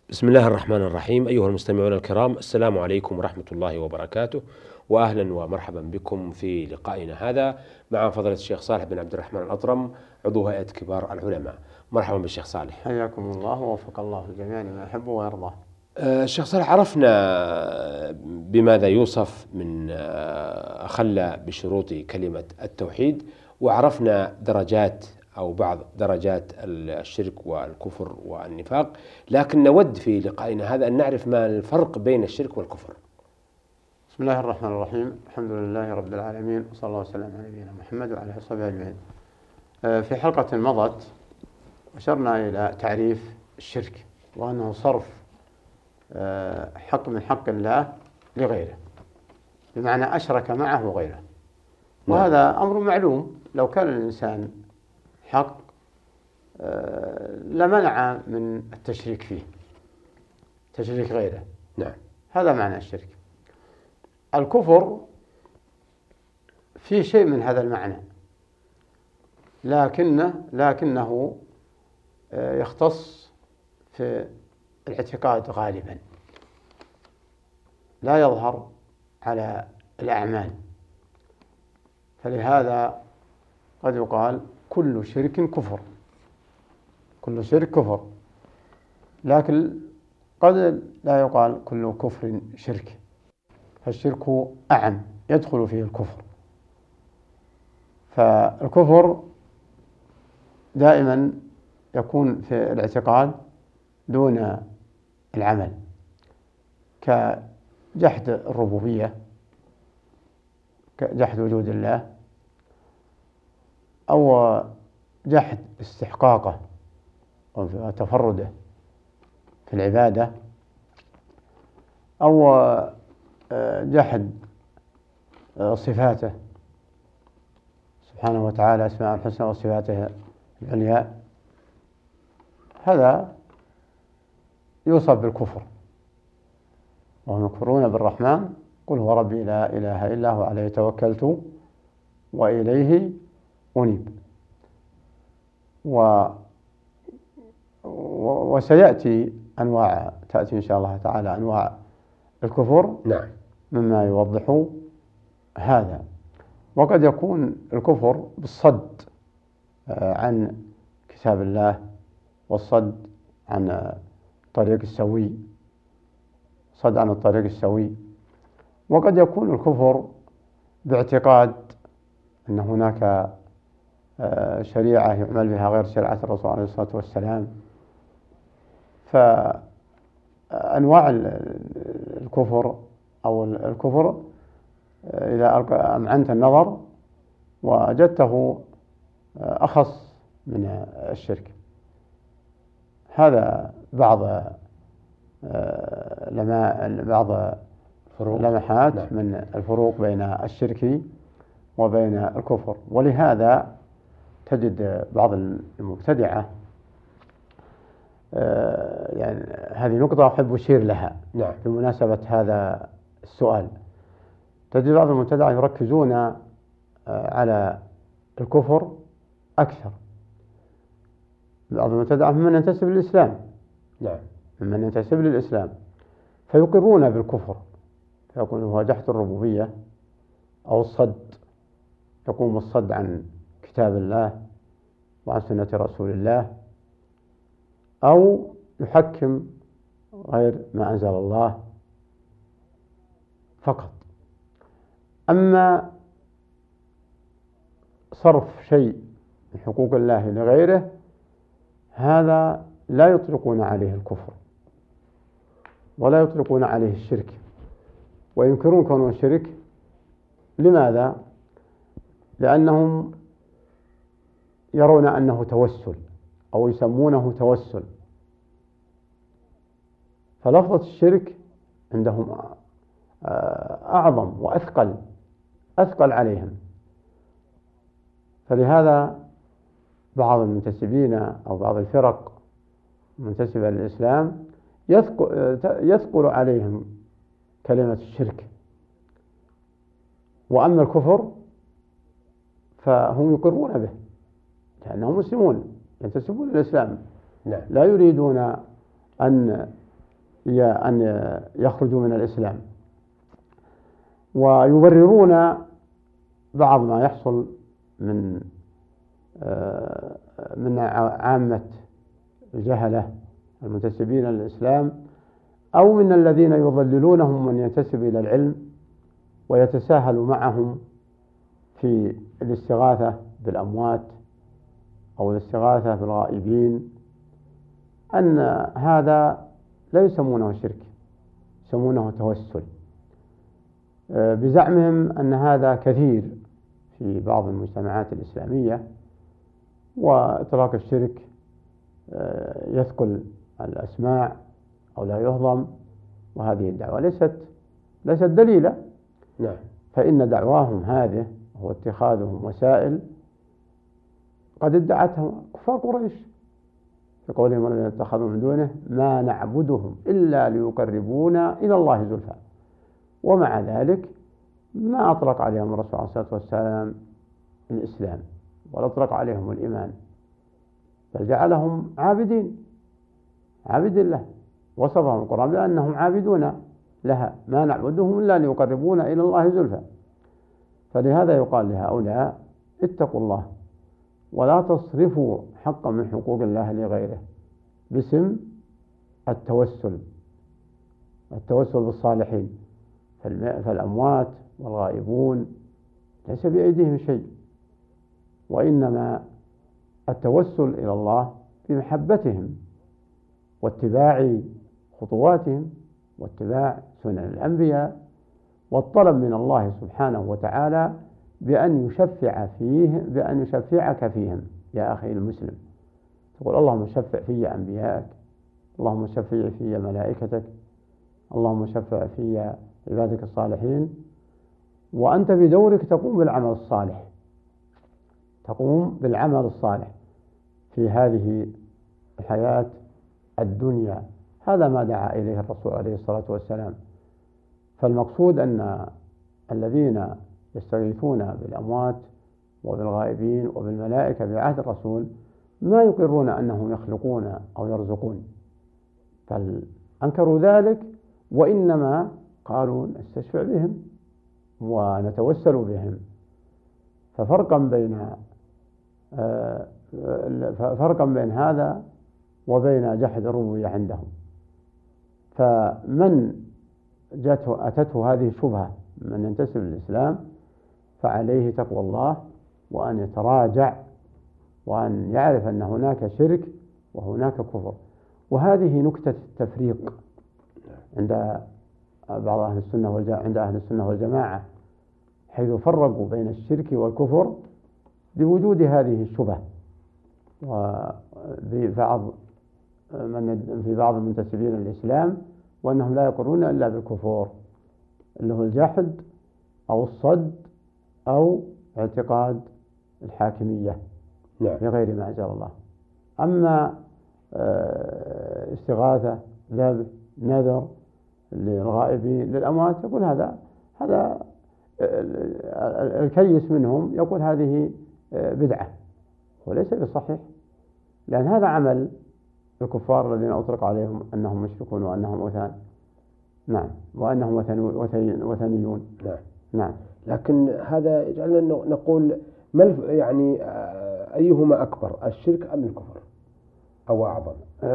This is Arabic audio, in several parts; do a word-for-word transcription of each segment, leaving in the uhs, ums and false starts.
بسم الله الرحمن الرحيم. أيها المستمعون الكرام، السلام عليكم ورحمة الله وبركاته، وأهلا ومرحبا بكم في لقائنا هذا مع فضيلة الشيخ صالح بن عبد الرحمن الأطرم، عضو هيئة كبار العلماء. مرحبا بالشيخ صالح. حياكم الله ووفق الله الجميع لما يحب ويرضى. آه، الشيخ صالح، عرفنا بماذا يوصف من آه، أخل بشروط كلمة التوحيد، وعرفنا درجات أو بعض درجات الشرك والكفر والنفاق، لكن نود في لقائنا هذا أن نعرف ما الفرق بين الشرك والكفر. بسم الله الرحمن الرحيم، الحمد لله رب العالمين، وصلى الله وسلم على نبينا محمد وعلى آله وصحبه أجمعين. في حلقة مضت أشرنا إلى تعريف الشرك، وأنه صرف حق من حق الله لغيره، بمعنى أشرك معه غيره. وهذا أمر معلوم، لو كان الإنسان حق لمنع من التشريك فيه، تشريك غيره. نعم، هذا معنى الشرك. الكفر فيه شيء من هذا المعنى، لكنه لكنه يختص في الاعتقاد غالبا، لا يظهر على الأعمال. فلهذا قد يقال كل شرك كفر، كل شرك كفر، لكن قد لا يقال كل كفر شرك، فالشرك أعم يدخل فيه الكفر. فالكفر دائما يكون في الاعتقاد دون العمل، كجحد الربوبية، كجحد وجود الله، أو جحد استحقاقه وتفرده في العبادة، أو جحد صفاته سبحانه وتعالى، أسماء الحسنى وصفاته العليا. هذا يوصف بالكفر، وهم يكفرون بالرحمن قل هو ربي لا إله إلا هو عليه توكلت وإليه أنيب. و وسيأتي أنواع، تأتي إن شاء الله تعالى أنواع الكفر، نعم، مما يوضح هذا. وقد يكون الكفر بالصد عن كتاب الله، والصد عن الطريق السوي، صد عن الطريق السوي. وقد يكون الكفر باعتقاد أن هناك شريعة يعمل بها غير شريعة الرسول عليه الصلاة والسلام. فأنواع الكفر أو الكفر إذا أمعنت النظر وجدته أخص من الشرك. هذا بعض لما بعض لمحات نعم. من الفروق بين الشرك وبين الكفر. ولهذا تجد بعض المبتدعة، يعني هذه نقطة أحب أشير لها نعم. بمناسبة هذا السؤال. تجد بعض المبتدعة يركزون على الكفر أكثر. بعض المبتدعة ممن ينتسب للإسلام، نعم، ممن ينتسب للإسلام فيقرون بالكفر، فيكون هو جحد الربوبية أو الصد، يقوم الصد عن كتاب الله وعن سنة رسول الله، أو يحكم غير ما أنزل الله فقط. أما صرف شيء من حقوق الله لغيره، هذا لا يطلقون عليه الكفر ولا يطلقون عليه الشرك، وينكرون كونه الشرك. لماذا؟ لأنهم يرون أنه توسل، أو يسمونه توسل. فلفظة الشرك عندهم أعظم وأثقل أثقل عليهم. فلهذا بعض المنتسبين أو بعض الفرق المنتسبة للإسلام يثقل عليهم كلمة الشرك. وأما الكفر فهم يقرون به، لأنهم مسلمون ينتسبون للإسلام، نعم. لا يريدون أن هي أن يخرجوا من الإسلام، ويبررون بعض ما يحصل من من عامة الجهلة المنتسبين للإسلام أو من الذين يضللونهم من ينتسب إلى العلم ويتساهل معهم في الاستغاثة بالأموات أو الاستغاثة بالغائبين، أن هذا لا يسمونه شرك، يسمونه توسل، بزعمهم أن هذا كثير في بعض المجتمعات الإسلامية، وإطلاق الشرك يثقل الأسماع أو لا يهضم، وهذه الدعوة ليست ليست دليلة. نعم. فإن دعواهم هذه هو اتخاذهم وسائل قد ادعتهم كفار قريش في قولهم الذين اتخذوا من دونه ما نعبدهم إلا ليقربونا إلى الله زلفى، ومع ذلك ما أطلق عليهم الرسول عليه الصلاة والسلام الإسلام ولا أطلق عليهم الإيمان، بل جعلهم عابدين عابد الله، وصفهم القرآن بأنهم عابدون لها ما نعبدهم إلا ليقربونا إلى الله زلفى. فلهذا يقال لهؤلاء اتقوا الله ولا تصرفوا حقا من حقوق الله لغيره باسم التوسل التوسل بالصالحين، فالأموات والغائبون ليس بأيديهم شيء، وإنما التوسل إلى الله بمحبتهم واتباع خطواتهم واتباع سنن الأنبياء، والطلب من الله سبحانه وتعالى بأن يشفع فيه بأن يشفعك فيهم يا أخي المسلم. تقول اللهم شفع في أنبيائك، اللهم شفع في ملائكتك، اللهم شفع في عبادك الصالحين، وأنت بدورك تقوم بالعمل الصالح تقوم بالعمل الصالح في هذه الحياة الدنيا. هذا ما دعا إليه الرسول عليه الصلاة والسلام. فالمقصود أن الذين يستغيثون بالأموات وبالغائبين وبالملائكة بعهد الرسول ما يقرون أنهم يخلقون أو يرزقون، بل أنكروا ذلك، وإنما قالوا نستشفع بهم ونتوسل بهم. ففرقا بين فرقا بين هذا وبين جحد الربوبية عندهم. فمن جاءته أتته هذه الشبهة من ينتسب للإسلام فعليه تقوى الله، وأن يتراجع، وأن يعرف أن هناك شرك وهناك كفر. وهذه نكتة التفريق عند بعض أهل السنة والجماعة عند أهل السنة والجماعة، حيث فرقوا بين الشرك والكفر بوجود هذه الشبهة. وفي بعض من في بعض المنتسبين للإسلام وأنهم لا يقرون إلا بالكفور، اللي هو الجحد أو الصد أو اعتقاد الحاكمية بغير ما أنزل الله. أما استغاثة، ذبح، نذر للغائبين للأموات، يقول هذا هذا الكيس منهم يقول هذه بدعة، وليس بصحيح، لأن هذا عمل الكفار الذين أطلق عليهم أنهم مشركون وأنهم أوثان. نعم، وأنهم وثنيون. نعم. نعم. لكن هذا يجعلنا نقول ما يعني أيهما أكبر، الشرك أم الكفر أو أعظم؟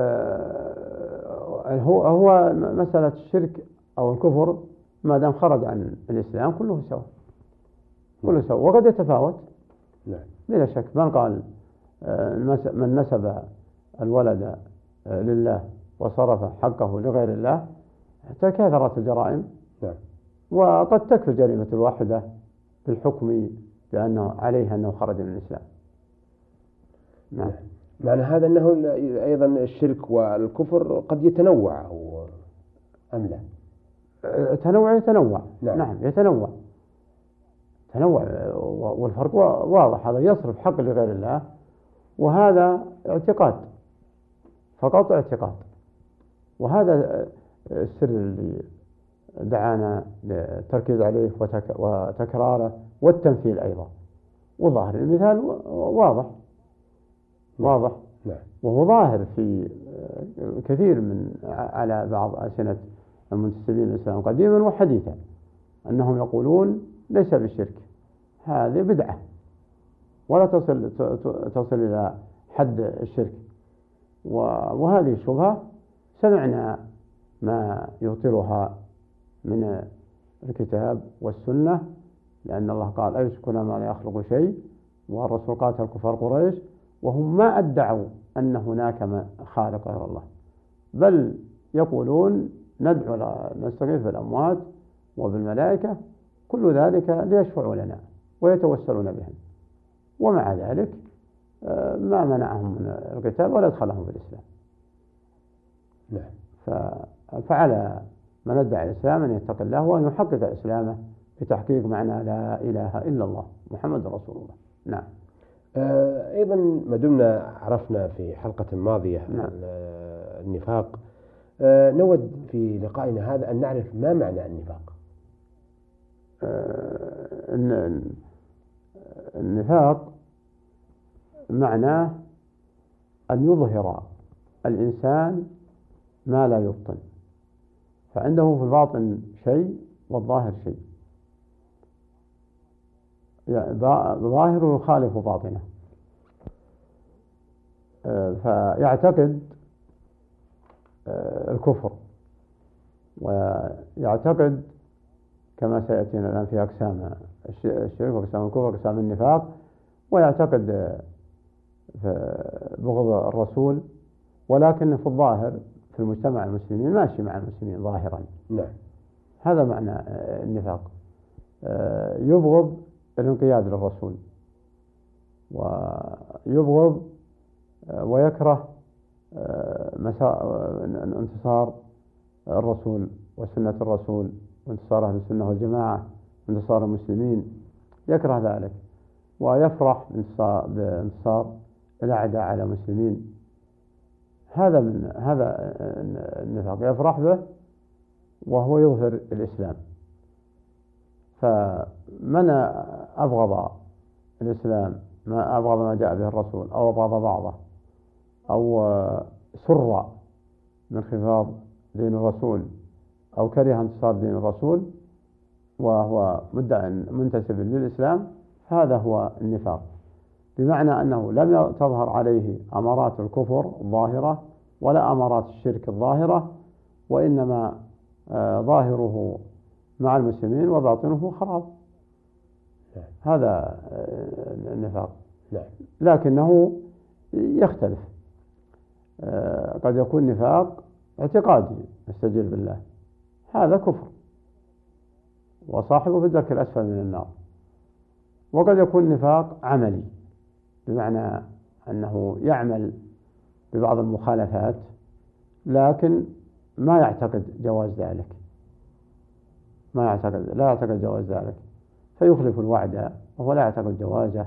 آه هو هو مسألة الشرك أو الكفر ما دام خرج عن الإسلام كله سواء، كله سواء، وقد يتفاوت. نعم. بلا شك. من قال من نسب الولد لله وصرف حقه لغير الله تكاثرت الجرائم. نعم. وقد تكفي الجريمة الواحدة بالحكم بأنه عليه أنه خرج من الإسلام. نعم. معنى هذا أنه أيضا الشرك والكفر قد يتنوع أو أم لا؟ تنوع يتنوع. نعم. نعم يتنوع تنوع والفرق واضح. هذا يصرف حق لغير الله، وهذا اعتقاد فقط اعتقاد. وهذا السر اللي دعانا للتركيز عليه وتكراره والتمثيل أيضا. وظاهر المثال واضح واضح نعم. وهو ظاهر في كثير من على بعض ألسنة المنتسبين للإسلام قديما وحديثا أنهم يقولون ليس بالشرك، هذه بدعة ولا تصل تصل إلى حد الشرك. وهذه الشبهة سمعنا ما يبطلها من الكتاب والسنة، لأن الله قال أيشركون ما لا يخلق شيء، والرسول قاتل كفار قريش وهم ما أدعوا أن هناك خالق غير الله، بل يقولون ندعو نستغيث بالأموات وبالملائكة، كل ذلك ليشفعوا لنا ويتوسلون بهم، ومع ذلك ما منعهم من القتال ولا أدخلهم في الإسلام. نعم. فعلى من ادعى الإسلام أن يتقي الله وأن يحقق إسلامه بتحقيق معنى لا إله إلا الله محمد رسول الله. نعم. أيضا ما دمنا عرفنا في حلقة ماضية نعم. النفاق، نود في لقائنا هذا أن نعرف ما معنى النفاق. النفاق معناه أن يظهر الإنسان ما لا يبطن، فعنده في الباطن شيء والظاهر شيء، يعني ظاهره يخالف باطنه، فيعتقد الكفر ويعتقد كما سيأتينا الآن في أقسام الشرك وأقسام الكفر وأقسام النفاق، ويعتقد بغض الرسول، ولكن في الظاهر في المجتمع المسلمين ماشي مع المسلمين ظاهرا. نعم. هذا معنى النفاق. يبغض الانقياد للرسول، ويبغض ويكره انتصار الرسول وسنة الرسول وانتصار أهل السنة والجماعة وانتصار المسلمين، يكره ذلك ويفرح بانتصار الأعداء على المسلمين. هذا من هذا النفاق يفرح به وهو يظهر الإسلام. فمن أبغض الإسلام، ما أبغض ما جاء به الرسول أو أبغض بعضه أو سر من انخفاض دين الرسول أو كره انتصار دين الرسول وهو مدعي منتسب للإسلام، هذا هو النفاق، بمعنى أنه لم تظهر عليه أمارات الكفر الظاهرة ولا أمارات الشرك الظاهرة، وإنما ظاهره مع المسلمين وباطنه خراب. هذا النفاق. لكنه يختلف، قد يكون نفاق اعتقادي استجير بالله، هذا كفر وصاحبه في الدرك الأسفل من النار، وقد يكون نفاق عملي بمعنى أنه يعمل ببعض المخالفات لكن ما يعتقد جواز ذلك، ما يعتقد لا يعتقد جواز ذلك، فيخلف الوعد وهو لا يعتقد جوازه،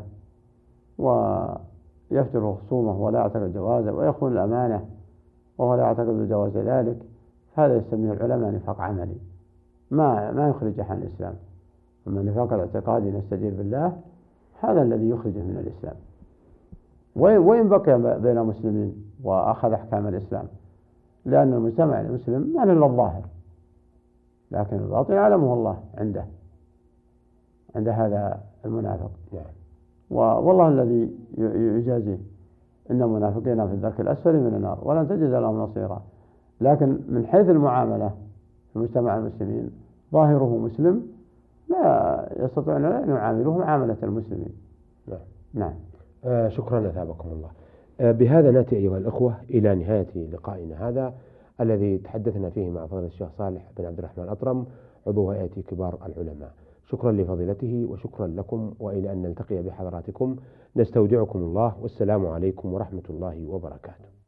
ويفتر خصومه ولا يعتقد جوازه، ويخون الأمانة وهو لا يعتقد جواز ذلك. هذا يسميه العلماء نفاق عملي، ما ما يخرجه عن الإسلام. أما النفاق الاعتقادي نستجير بالله هذا الذي يخرجه من الإسلام، وإن بقي بين المسلمين وأخذ أحكام الإسلام، لأن المجتمع المسلم ما إلا الظاهر، لكن الباطن يعلمه الله عنده عند هذا المنافق. والله الذي يجازيه إن المنافقين في الدرك الأسفل من النار ولن تجد لهم نصيرا. لكن من حيث المعاملة في مجتمع المسلمين ظاهره مسلم، لا يستطيعون أن يعاملوه معاملة المسلمين. نعم. نعم. آه شكرا أثابكم الله. آه بهذا نأتي أيها الأخوة إلى نهاية لقائنا هذا الذي تحدثنا فيه مع فضيلة الشيخ صالح بن عبد الرحمن الأطرم عضو هيئة كبار العلماء. شكرا لفضيلته وشكرا لكم، وإلى أن نلتقي بحضراتكم نستودعكم الله، والسلام عليكم ورحمة الله وبركاته.